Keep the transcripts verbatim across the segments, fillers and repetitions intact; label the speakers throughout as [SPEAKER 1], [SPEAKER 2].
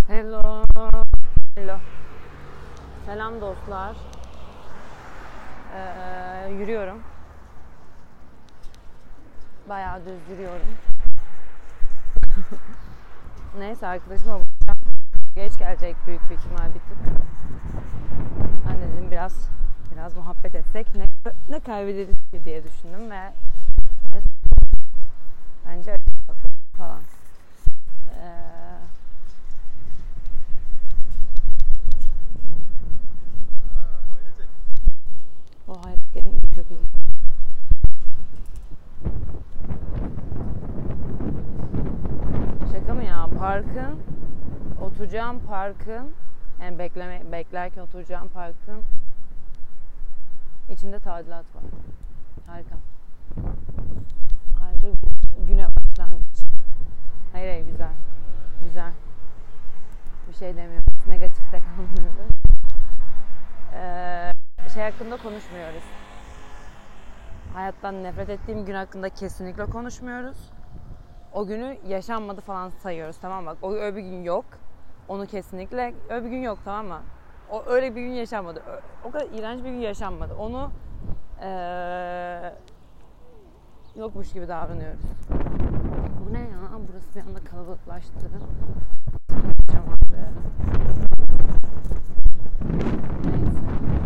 [SPEAKER 1] Hello. Hello. Selam dostlar. Ee, yürüyorum. Bayağı düz yürüyorum. Neyse arkadaşıma bakacağım. Geç gelecek büyük bir ihtimal bir tık. Ben dedim biraz biraz muhabbet etsek ne, ne kaybederiz ki diye düşündüm ve bence falan. Ee, o hayatın iyi köpeği. Şaka mı ya? Parkın, oturacağım parkın, yani bekleme, beklerken oturacağım parkın içinde tadilat var. Harika. Harika bir güne başlangıç. Hayır hayır güzel. Güzel. Bir şey demiyoruz. Negatifte kalmıyoruz. Ee, şey hakkında konuşmuyoruz. Hayattan nefret ettiğim gün hakkında kesinlikle konuşmuyoruz. O günü yaşanmadı falan sayıyoruz, tamam mı? Bak o öyle bir gün yok. Onu kesinlikle öyle bir gün yok, tamam mı? O öyle bir gün yaşanmadı. O kadar iğrenç bir gün yaşanmadı. Onu ee, yokmuş gibi davranıyoruz. Bu ne ya? Burası bir anda kalabalıklaştı. Konuşacağım abi. Neyse.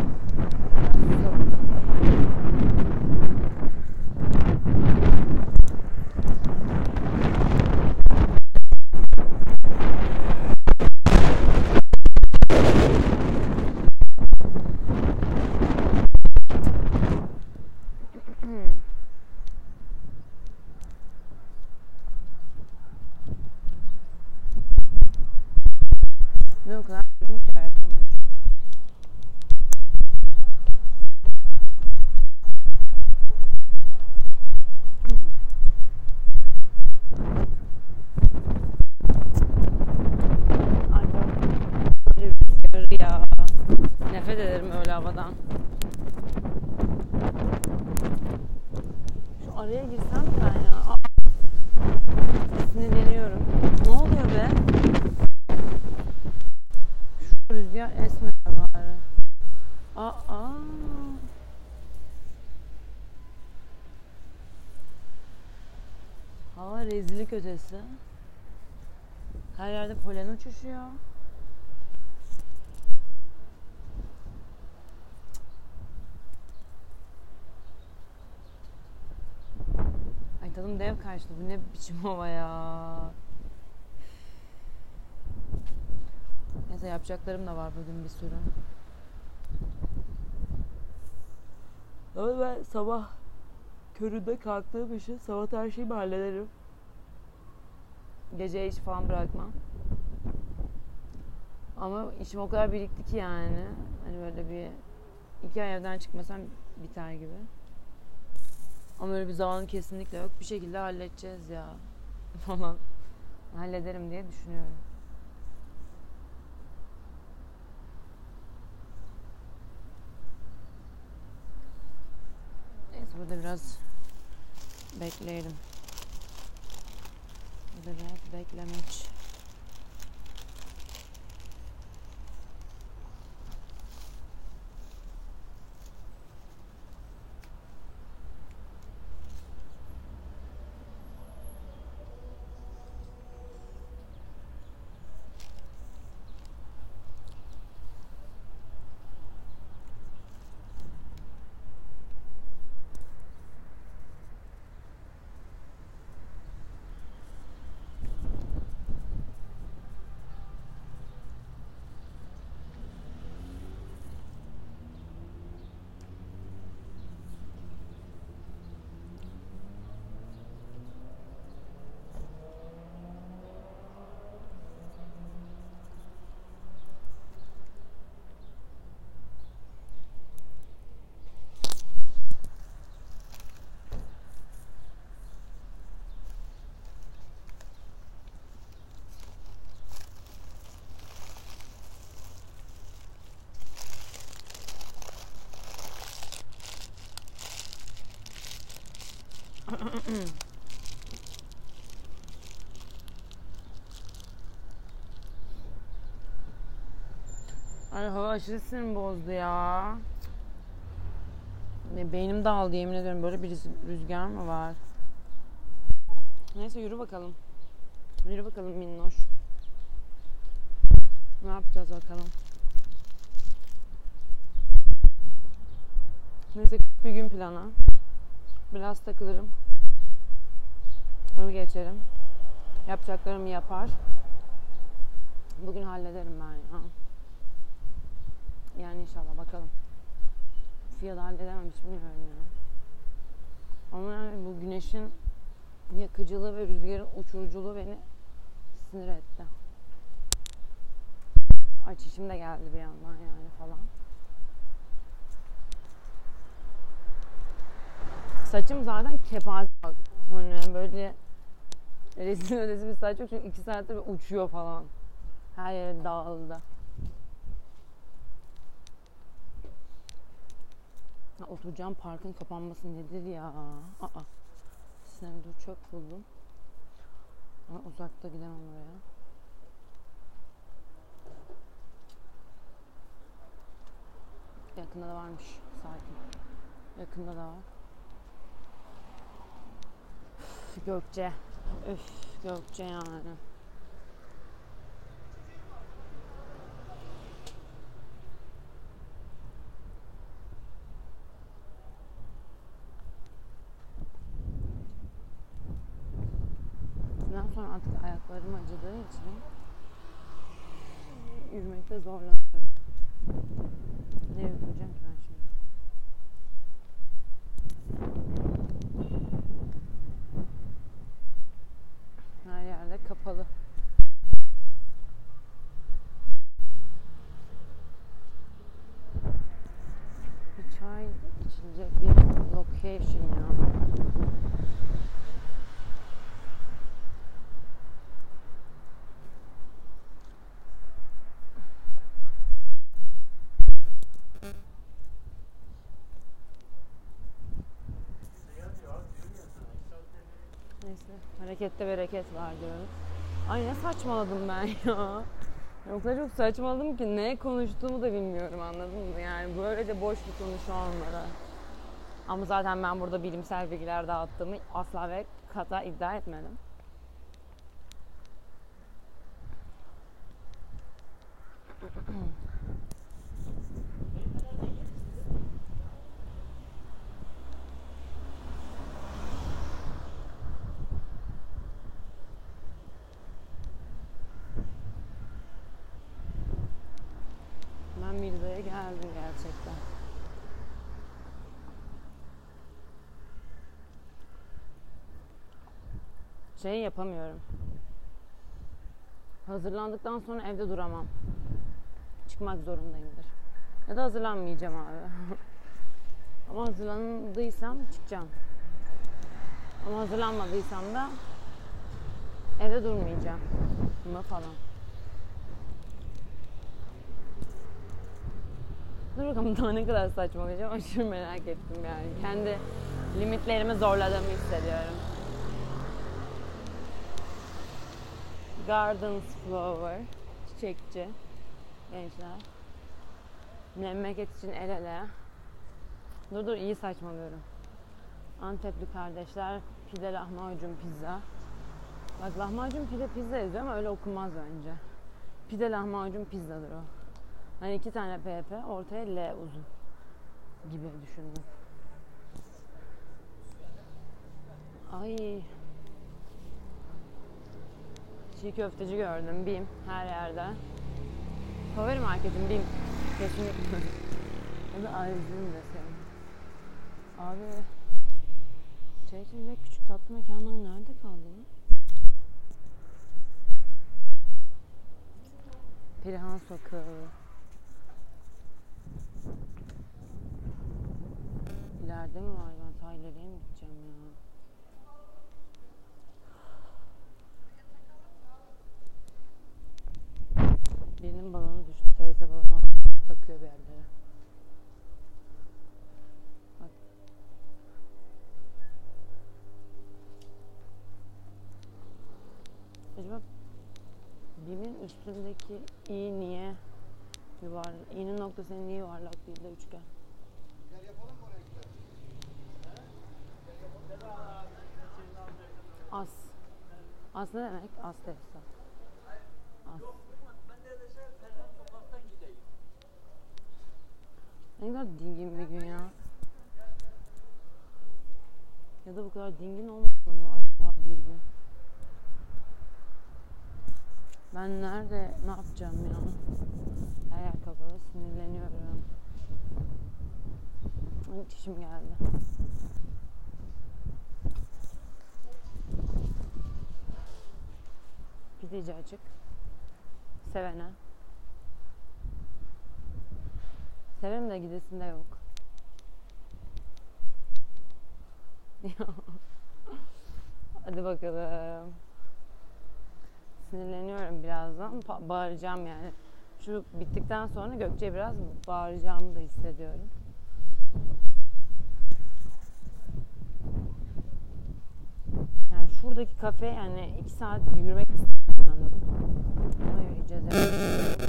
[SPEAKER 1] Ne o kadar üzüldüm ki hayatım acı. Ay böyle rüzgarı ya. Nefret ederim öyle havadan. Şu araya girsem mi ben ya? Aa, sinirleniyorum. Ne oluyor be? Şu rüzgar esme bari. Aa. Hava rezillik ötesi. Her yerde polen uçuşuyor. Ay tadım dev kaçtı. Bu ne biçim hava ya. Neyse yapacaklarım da var bugün bir sürü. Ama ben sabah köründe kalktığım için sabah her şeyi hallederim. Geceye iş falan bırakmam. Ama işim o kadar birikti ki yani. Hani böyle bir iki ay evden çıkmasam biter gibi. Ama öyle bir zamanım kesinlikle yok. Bir şekilde halledeceğiz ya falan. Hallederim diye düşünüyorum. Neyse burada biraz bekleyelim. Burada biraz beklemek. Ay hava aşırı sinir bozdu ya. Ne, beynim dağıldı yemin ediyorum. Böyle bir rüzgar mı var? Neyse yürü bakalım. Yürü bakalım minnoş. Ne yapacağız bakalım. Neyse bir gün plana. Biraz takılırım. Onu geçerim. Yapacaklarımı yapar. Bugün hallederim ben ya. Yani inşallah bakalım. Ya da halledemem hiç bilmiyorum ya. Ama yani bu güneşin yakıcılığı ve rüzgarın uçuruculuğu beni sinir etti. Ay çişim de geldi bir yandan yani falan. Saçım zaten kepaze bak. Hani böyle rezil ödesi bir saç yok çünkü iki saattir uçuyor falan. Her yere dağıldı. Ha, oturacağım parkın kapanması nedir ya? Aa. Sinemde çok buldum. Ama uzakta gidemem oraya. Yakında da varmış. Sakin. Yakında da var. Üf, Gökçe. Üf, Gökçe yani. Bundan sonra artık ayaklarım acıdığı için yürümekte zorlanıyorum. Nereye oturacağım ki ben şimdi? Her yerde kapalı. Bir çay içilecek bir location ya. Neyse harekette bereket var diyoruz. Ay ne saçmaladım ben ya. O kadar çok saçmaladım ki ne konuştuğumu da bilmiyorum, anladın mı? Yani böyle de boş bir konuşma olmalı. Ama zaten ben burada bilimsel bilgiler dağıttığımı asla ve kata iddia etmedim. Ben Mirza'ya geldim gerçekten. Şey yapamıyorum. Hazırlandıktan sonra evde duramam. Çıkmak zorundayımdır. Ya da hazırlanmayacağım abi. Ama hazırlandıysam çıkacağım. Ama hazırlanmadıysam da evde durmayacağım. Buna falan. Dur bakalım daha ne kadar saçmalayacağım. Aşırı merak ettim yani. Kendi limitlerimi zorladığımı hissediyorum. Gardens Flower. Çiçekçi. Gençler. Memleket için el ele. Dur dur iyi saçmalıyorum. Antepli kardeşler. Pide lahmacun pizza. Bak lahmacun pide pizza yazıyor ama öyle okunmaz bence. Pide lahmacun pizzadır o. Hani iki tane P P ortaya L uzun gibi düşündüm. Ay. Çiğ köfteci gördüm. Bim her yerde. Favori marketim Bim. Kesinlikle. Ya da ayrıcıyım desem. Abi. Çay içecek küçük tatlı mekanlar nerede kaldı lan? Perihan Sokağı. İleride mi var? Ben ta ileriye mi gideceğim ya? Birinin balonu düştü. Teyze balonu takıyor bir yerlere. Bak. Acaba Bim'in üstündeki i niye Yuvarlak. İğnenin noktası niye yuvarlak değil de üçgen?
[SPEAKER 2] Gel yapalım mı oraya gidelim?
[SPEAKER 1] As. As ne demek? As tesisat. As. Ne kadar dingin bir gün ya. Ya da bu kadar dingin olmadı mı acaba bir gün? Ben nerede ne yapacağım ya? Her yer kapalı, sinirleniyorum. Çişim geldi. Pideci açık. Sevene. Severim de gidesinde yok. Hadi bakalım. Sinirleniyorum birazdan. Pa- bağıracağım yani. Şu bittikten sonra Gökçe'ye biraz bağıracağımı da hissediyorum. Yani şuradaki kafe yani iki saat yürümek istemiyorum, anladın mı? Ona yürüyeceğiz yani.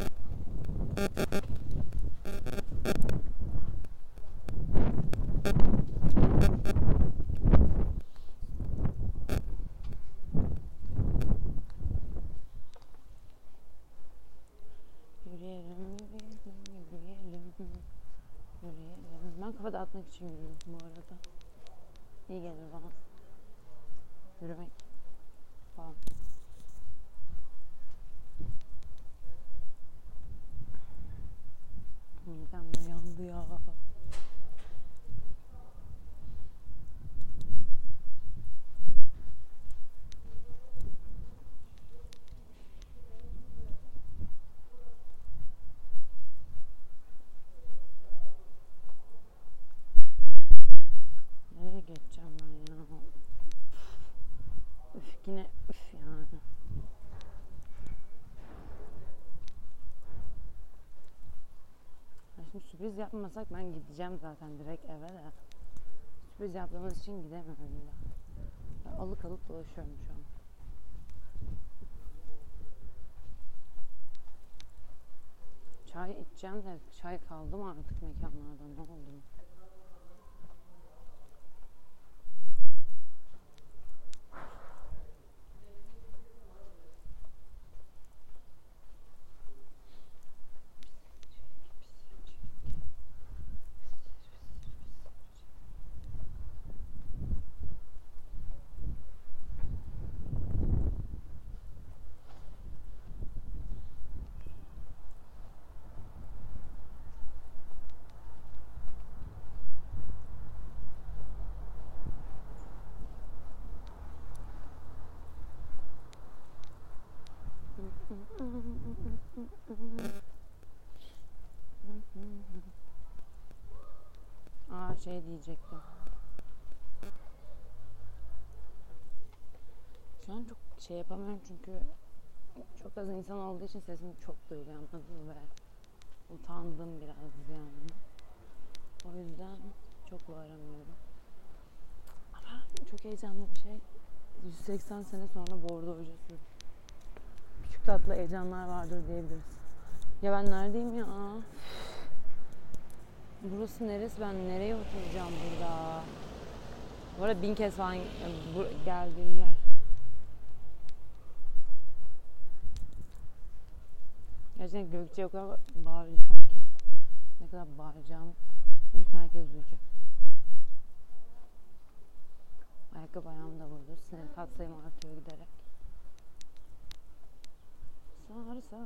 [SPEAKER 1] Yürüyelim, yürüyelim, yürüyelim, yürüyelim. Ben kafa dağıtmak için yürüyorum bu arada. İyi gelir bana. Yürümek falan. Midem de yandı ya. Nereye geçeceğim ben ya? Üf, yine üf yani. Ya şimdi sürpriz yapmasak ben gideceğim zaten direkt eve de. Sürpriz yaptığımız için gidemiyorum da. Ben alık alık dolaşıyorum şu an. Çay içeceğim de çay kaldı mı artık mekanlarda, ne oldu? Aa şey diyecektim. Şu an çok şey yapamıyorum çünkü çok az insan olduğu için sesim çok duyuluyor, anladın mı? Ve utandım biraz yani. O yüzden çok bağıramıyorum. Ama çok heyecanlı bir şey. yüz seksen sene sonra bordo hocası. Küçük tatlı heyecanlar vardır diyebiliriz. Ya ben neredeyim ya? Burası neresi? Ben nereye oturacağım burada? Bu arada bin kez falan geldiğim yer. Gerçekten Gökçe'ye o kadar bağıracağım ki. Ne kadar bağıracağım. Bütün herkes duyacak. Ayakkabı ayağımda vurdu. Sinir katsayım artıyor giderek. Sarı sarı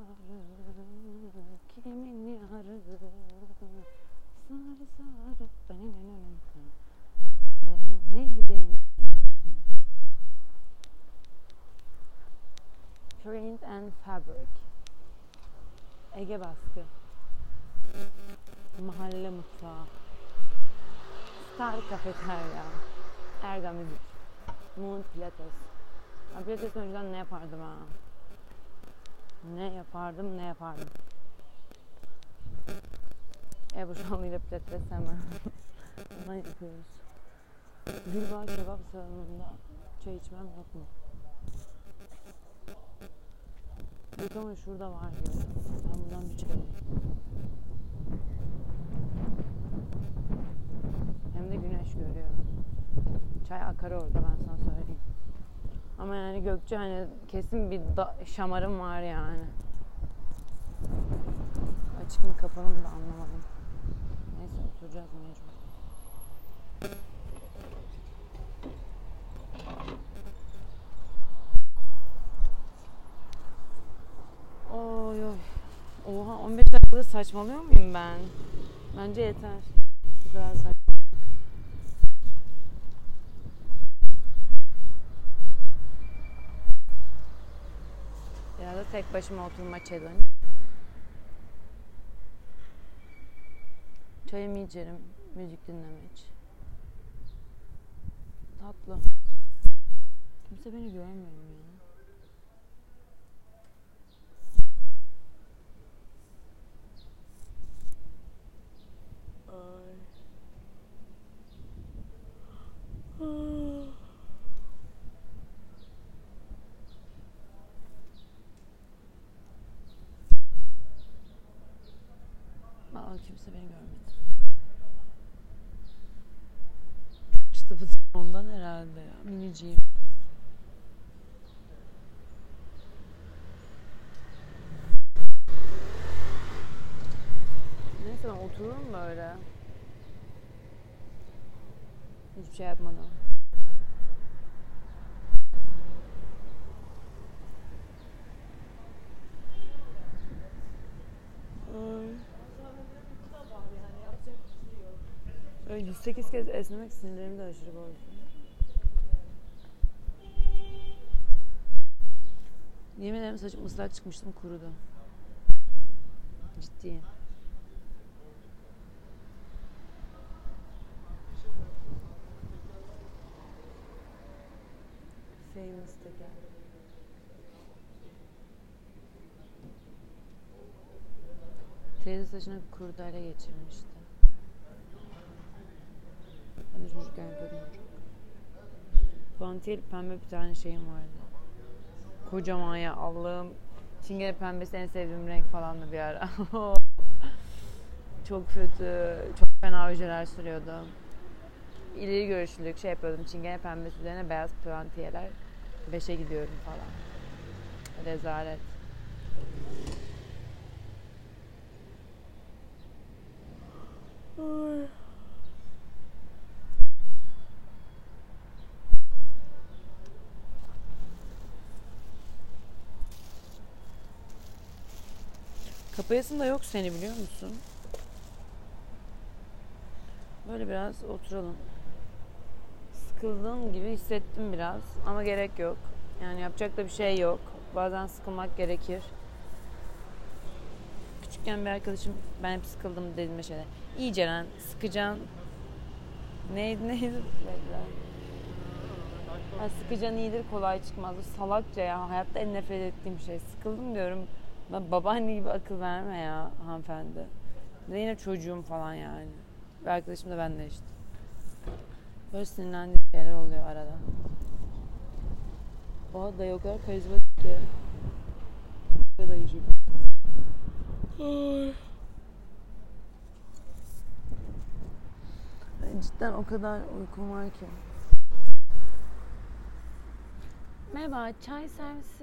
[SPEAKER 1] kimin yarı, sarı sarı benim benim benim neydi benim Print and Fabric, Ege baskı, mahalle mutfağı, Star kafeterya, Erga müzik, Moon Pilates. Ben Pilates önceden ne yapardım ha? Ne yapardım, ne yapardım. Ebru Şanlı ile Pilates hemen. Ondan yapıyoruz. Gülbağ kebap salonunda çay içmem yok mu? Yok ama şurada var diyor. Ben Buradan bir çıkalım. Hem de güneş görüyor. Çay akar orada, ben sana söyleyeyim. Ama yani Gökçe hani kesin bir da- şamarım var yani. Açık mı kapalı mı da anlamadım. Neyse oturacağız mecbur. Oy oy. Oha, on beş dakikada saçmalıyor muyum ben? Bence yeter. Bu kadar saçma. Ya da tek başıma oturma challenge. Çayımı içerim, müzik dinlemek. Tatlı. Kimse beni görmüyor ya. Ay. Aa, kimse beni görmedi. İşte bu ondan herhalde ya, miniciyim. Neyse ben otururum böyle. Hiçbir şey yapmadan. Öyle yüz sekiz kez esnemek sinirlerimi de aşırı bozdu. Yemin ederim saçım ıslak çıkmıştım, kurudu. Ciddiyim. Famous teker. Teyze saçına kurdele geçirmişti. Ben de çocukken yapıyordum çok. Puantiyeli pembe bir tane şeyim vardı. Kocaman ya, Allah'ım. Çingene pembesi en sevdiğim renk falandı bir ara. Çok kötü. Çok fena ojeler sürüyordum. İleri görüşlülük şey yapıyordum. Çingene pembesi üzerine beyaz puantiyeler. Beşe gidiyorum falan. Rezalet. Kapayasın da yok seni, biliyor musun? Böyle biraz oturalım. Sıkıldığım gibi hissettim biraz ama gerek yok. Yani yapacak da bir şey yok. Bazen sıkılmak gerekir. Küçükken bir arkadaşım, ben hep sıkıldım dediğim şeyler. İyi Ceren, sıkacaksın. Neydi neydi? Yani sıkacaksın iyidir, kolay çıkmaz. Bu salakça ya. Hayatta en nefret ettiğim şey. Sıkıldım diyorum. Ben babaanne gibi akıl verme ya hanımefendi. Ve yine çocuğum falan yani. Bir arkadaşım da ben de işte. Böyle sinirlendiğim şeyler oluyor arada. Oha, dayı o kadar karizmatik ki. Dayıcım. Cidden o kadar uykum var ki. Merhaba, çay servisi.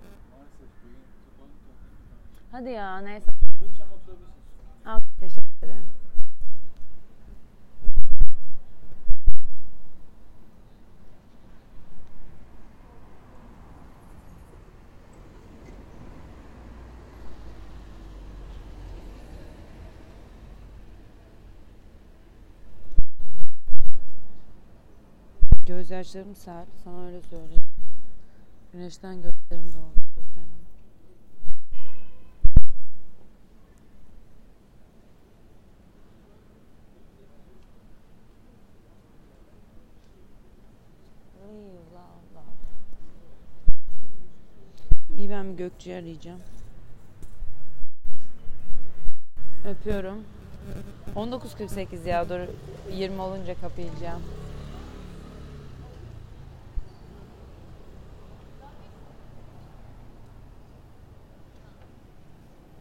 [SPEAKER 1] Hadi ya, neyse.
[SPEAKER 2] Lütfen oturabilirsiniz.
[SPEAKER 1] Aa, teşekkür ederim. Gözyaşlarım sel, sana öyle söyleyeyim. Güneşten gözlerim doldu, çok fena. İyi, ben bir Gökçe'yi arayacağım. Öpüyorum. on dokuz kırk sekiz ya, dur, yirmi olunca kapayacağım.